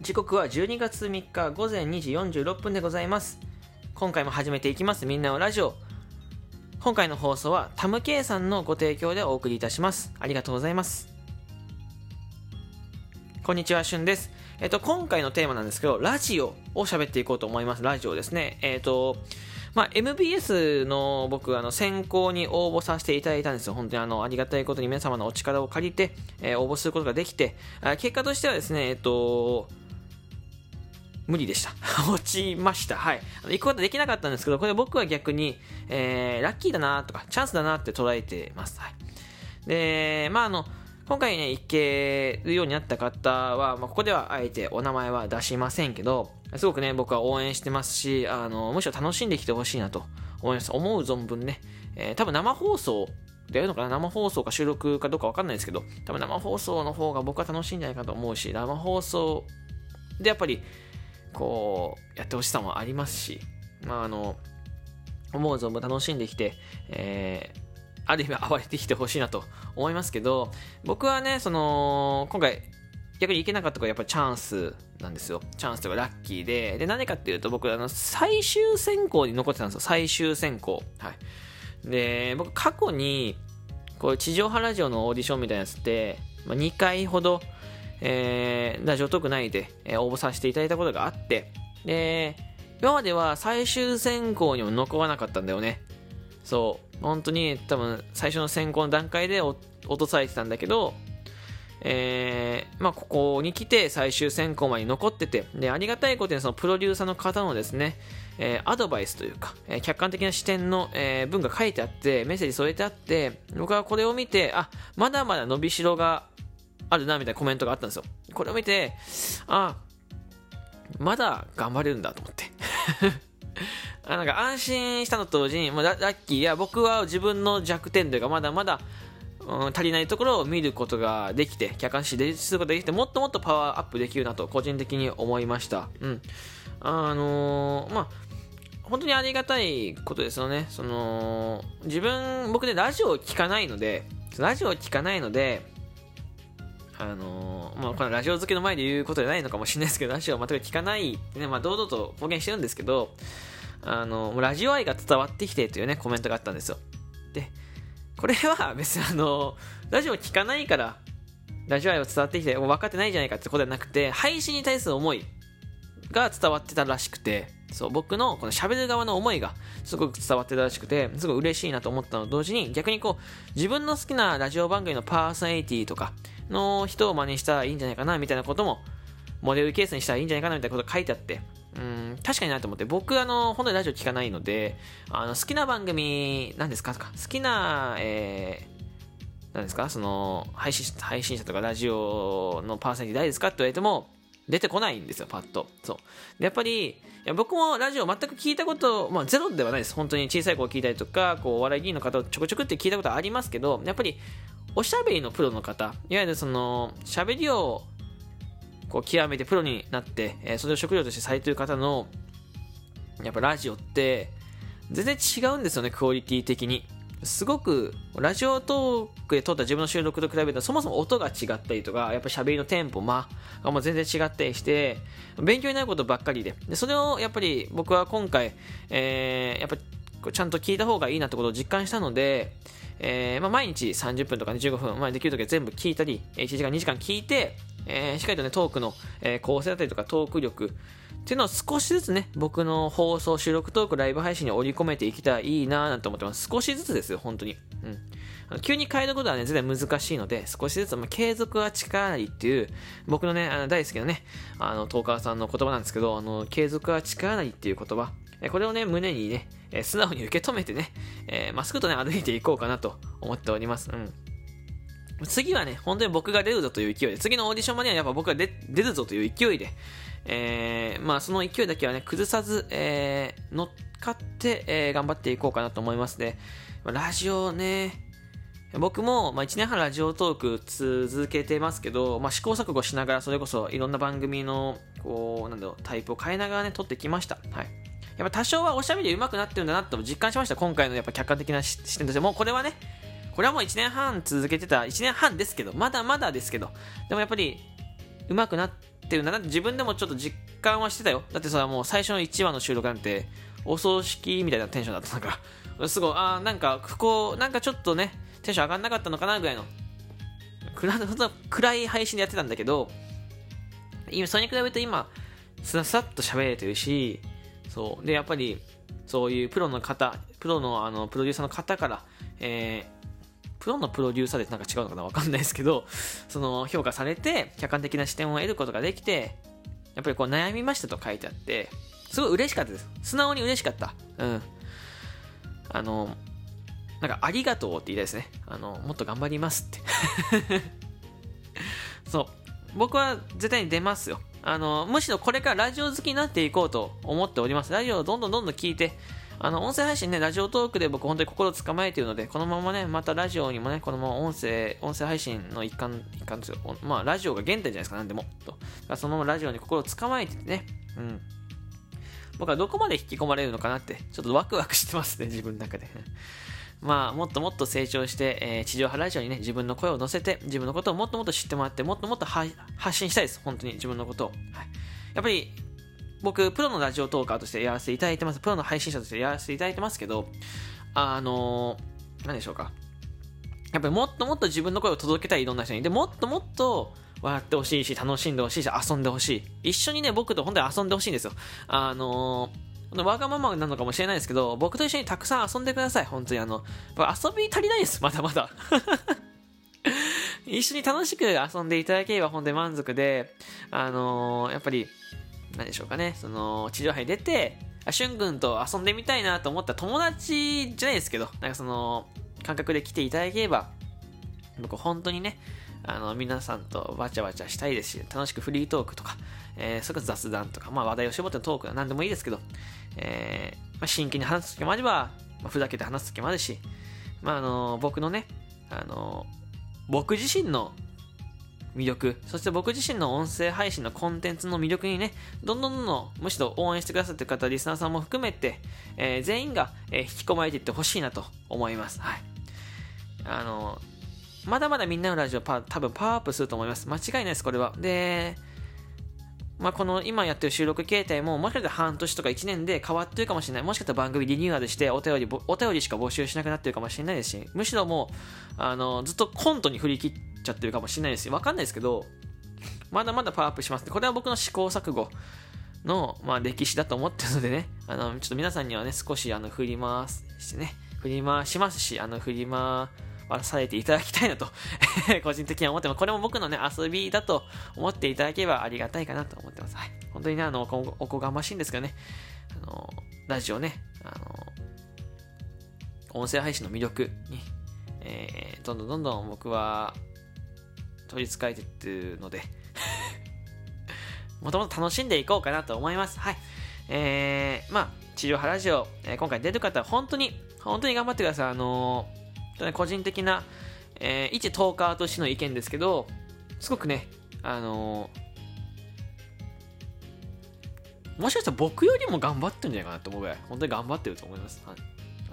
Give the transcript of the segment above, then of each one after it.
時刻は12月3日午前2時46分でございます。今回も始めていきますみんなのラジオ。今回の放送はタムケイさんのご提供でお送りいたします。ありがとうございます。こんにちは、しゅんです。今回のテーマなんですけど、ラジオを喋っていこうと思います。ラジオですね。MBS の僕選考に応募させていただいたんですよ。本当にありがたいことに皆様のお力を借りて、応募することができて、結果としてはですね、無理でした。落ちました。はい。行くことはできなかったんですけど、これ僕は逆に、ラッキーだなとか、チャンスだなって捉えてます。はい。で、今回ね、行けるようになった方は、ここではあえてお名前は出しませんけど、すごくね、僕は応援してますし、むしろ楽しんできてほしいなと思います。思う存分ね、多分生放送でやるのかな、生放送か収録かどうかわかんないですけど、多分生放送の方が僕は楽しいんじゃないかと思うし、生放送でやっぱり、こう、やってほしさもありますし、思う存分楽しんできて、ある意味暴れてきてほしいなと思いますけど、僕はね、今回逆に行けなかったからやっぱりチャンスなんですよ。チャンスというかラッキーで、何かっていうと僕最終選考に残ってたんですよ。最終選考。はい。で、僕過去にこう地上波ラジオのオーディションみたいなやつって、2回ほど、ラジオトーク内で、応募させていただいたことがあって、で、今までは最終選考にも残らなかったんだよね。そう。本当に多分最初の選考の段階で落とされてたんだけど、ここに来て最終選考まで残ってて、で、ありがたいことにそのプロデューサーの方のですね、アドバイスというか、客観的な視点の、文が書いてあって、メッセージ添えてあって、僕はこれを見て、まだまだ伸びしろがあるな、みたいなコメントがあったんですよ。これを見て、まだ頑張れるんだと思って。なんか安心したのと同時に、ラッキー、いや、僕は自分の弱点というか、まだまだ、足りないところを見ることができて、客観視することができて、もっともっとパワーアップできるなと、個人的に思いました。うん。本当にありがたいことですよね。僕ね、ラジオを聞かないので、このラジオ付けの前で言うことじゃないのかもしれないですけど、ラジオを全く聞かないってね、堂々と公言してるんですけど、ラジオ愛が伝わってきてというね、コメントがあったんですよ。で、これは別にラジオを聞かないから、ラジオ愛を伝わってきて、分かってないじゃないかってことじゃなくて、配信に対する思いが伝わってたらしくて、そう、僕のこの喋る側の思いがすごく伝わってたらしくて、すごい嬉しいなと思ったのと同時に、逆に自分の好きなラジオ番組のパーソナリティとかの人を真似したらいいんじゃないかな、みたいなことも、モデルケースにしたらいいんじゃないかな、みたいなことが書いてあって、確かになと思って、僕本当にラジオ聞かないので、好きな番組何ですかとか、好きな、何ですか、配信者とかラジオのパーソナリティ誰ですかって言われても出てこないんですよ、パッと。そうで、やっぱり僕もラジオ全く聞いたこと、ゼロではないです。本当に小さい頃聞いたりとか、お笑い芸人の方をちょこちょこって聞いたことはありますけど、やっぱりおしゃべりのプロの方、いわゆる喋りを極めてプロになって、それを職業としてされている方のやっぱラジオって全然違うんですよね、クオリティ的に。すごくラジオトークで撮った自分の収録と比べると、そもそも音が違ったりとか、やっぱ喋りのテンポがもう全然違ったりして勉強になることばっかりで、それをやっぱり僕は今回、やっぱちゃんと聞いた方がいいなってことを実感したので、毎日30分とか15分、できるときは全部聞いたり、1時間2時間聞いて、しっかりとね、トークの、構成だったりとかトーク力っていうのを少しずつね、僕の放送、収録トーク、ライブ配信に織り込めていけたらいいなぁなんて思ってます。少しずつですよ、本当に。急に変えることはね、全然難しいので、少しずつ、継続は力なりっていう、僕のね、大好きなね、トーカーさんの言葉なんですけど、継続は力なりっていう言葉、これをね、胸にね、素直に受け止めてね、まっすぐとね、歩いていこうかなと思っております。次はね、本当に僕が出るぞという勢いで、次のオーディションまではやっぱ僕が出るぞという勢いで、その勢いだけはね、崩さず、乗っかって、頑張っていこうかなと思いますね。ラジオね、僕も、1年半ラジオトーク続けてますけど、試行錯誤しながら、それこそいろんな番組の、タイプを変えながらね、撮ってきました。はい。やっぱ多少はおしゃべり上手くなってるんだなと実感しました。今回のやっぱ客観的な視点として、もうこれはもう1年半続けてた、1年半ですけど、まだまだですけど、でもやっぱり上手くなっっていうのは、だって自分でもちょっと実感はしてたよ。だってさ、もう最初の1話の収録なんて、お葬式みたいなテンションだったから、すごい、なんかちょっとね、テンション上がんなかったのかなぐらいの、暗い配信でやってたんだけど、今、それに比べると今、さっと喋れてるし、そう。で、やっぱり、そういうプロのプロデューサーの方から、プロのプロデューサーでなんか違うのかなわかんないですけど、その評価されて、客観的な視点を得ることができて、やっぱりこう悩みましたと書いてあって、すごい嬉しかったです。素直に嬉しかった。うん。なんかありがとうって言いたいですね。もっと頑張りますってそう僕は絶対に出ますよ。むしろこれからラジオ好きになっていこうと思っております。ラジオをどんどん聞いて、音声配信ね、ラジオトークで僕本当に心をつかまえているので、このままね、またラジオにもね、このまま音声配信の一環ですよ。まあラジオが原点じゃないですか、なんでもと。だからそのままラジオに心をつかまえててね、僕はどこまで引き込まれるのかなってちょっとワクワクしてますね、自分の中でまあもっともっと成長して、地上波ラジオにね、自分の声を乗せて、自分のことをもっともっと知ってもらって、もっともっと発信したいです、本当に自分のことを、やっぱり僕プロのラジオトーカーとしてやらせていただいてます。プロの配信者としてやらせていただいてますけど、何でしょうか、やっぱりもっともっと自分の声を届けたい、いろんな人に。でもっともっと笑ってほしいし、楽しんでほしいし、遊んでほしい。一緒にね、僕と本当に遊んでほしいんですよ。わがままなのかもしれないですけど、僕と一緒にたくさん遊んでください。本当に遊び足りないです。まだまだ一緒に楽しく遊んでいただければ本当に満足で、やっぱり何でしょうかね、その地上波に出てしゅんくんと遊んでみたいなと思った友達じゃないですけど、なんかその感覚で来ていただければ、僕本当にね、皆さんとわちゃわちゃしたいですし、楽しくフリートークとか、それこそ雑談とか、話題を絞ってのトークは何でもいいですけど、真剣に話す時もあれば、ふざけて話す時もあるし、僕のね、僕自身の魅力、そして僕自身の音声配信のコンテンツの魅力にね、どんどんむしろ応援してくださっている方、リスナーさんも含めて、全員が、引き込まれていってほしいなと思います。はい。まだまだみんなのラジオ多分パワーアップすると思います。間違いないです、これは。で、この今やってる収録形態ももしかしたら半年とか1年で変わってるかもしれない。もしかしたら番組リニューアルしてお便りしか募集しなくなってるかもしれないですし、むしろもうずっとコントに振り切っちゃってるかもしれないですし、わかんないですけど、まだまだパワーアップします。これは僕の試行錯誤の、歴史だと思ってるのでね、ちょっと皆さんにはね、少し振り回しますし、振り回されていただきたいなと個人的には思ってます。これも僕のね、遊びだと思っていただければありがたいかなと思ってます。はい。本当にね、おこがましいんですけどね、ラジオね、音声配信の魅力に、どんどん僕は取り憑かれていってるのでもともと楽しんでいこうかなと思います。はい。地上波ラジオ、今回出る方は本当に頑張ってください。個人的な、一トーカーとしての意見ですけど、すごくね、もしかしたら僕よりも頑張ってるんじゃないかなと思うぐらい、本当に頑張ってると思います。はい。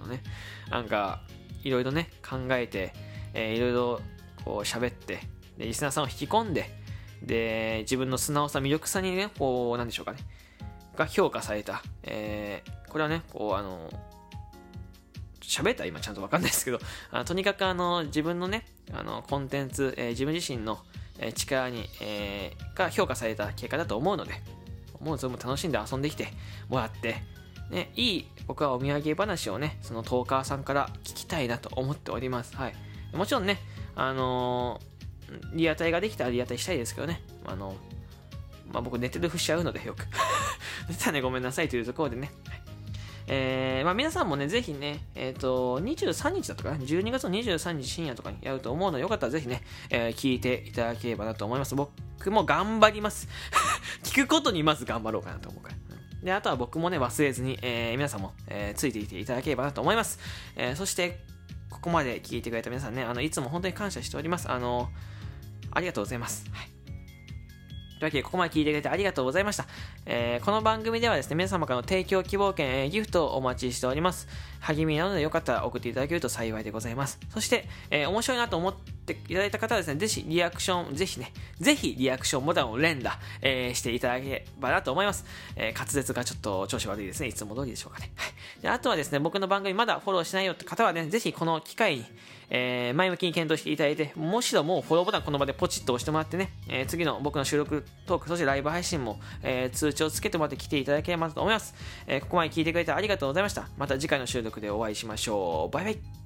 なんか、いろいろね、考えて、いろいろこう喋って、で、リスナーさんを引き込んで、で、自分の素直さ、魅力さにね、こう、なんでしょうかね、が評価された。これはね、こう、喋ったら今ちゃんと分かんないですけど、とにかく自分のね、コンテンツ、自分自身の、力に、が評価された結果だと思うので、もうそれも楽しんで遊んできてもらって、ね、いい僕はお土産話をね、そのトーカーさんから聞きたいなと思っております。はい。もちろんね、リアタイができたらリアタイしたいですけどね、僕寝てる節合うのでよく寝てたらね、ごめんなさいというところでね、皆さんもね、ぜひね、23日だったかな、12月の23日深夜とかにやると思うので、よかったらぜひね、聞いていただければなと思います。僕も頑張ります聞くことにまず頑張ろうかなと思うから。で、あとは僕もね、忘れずに、皆さんも、ついていていただければなと思います。そして、ここまで聞いてくれた皆さんね、いつも本当に感謝しております。ありがとうございます。はい。というわというわけでここまで聞いてくれてありがとうございました。この番組ではですね、皆様からの提供希望券、ギフトをお待ちしております。励みなのでよかったら送っていただけると幸いでございます。そして、面白いなと思っていただいた方はですね、ぜひリアクションボタンを連打、していただければなと思います。滑舌がちょっと調子悪いですね。いつも通りでしょうかね。はい。であとはですね、僕の番組まだフォローしないよって方はね、ぜひこの機会に、前向きに検討していただいて、もしろもうフォローボタンこの場でポチッと押してもらってね、次の僕の収録トーク、そしてライブ配信も、通知をつけてもらって来ていただければと思います。ここまで聞いてくれてありがとうございました。また次回の収録でお会いしましょう。バイバイ。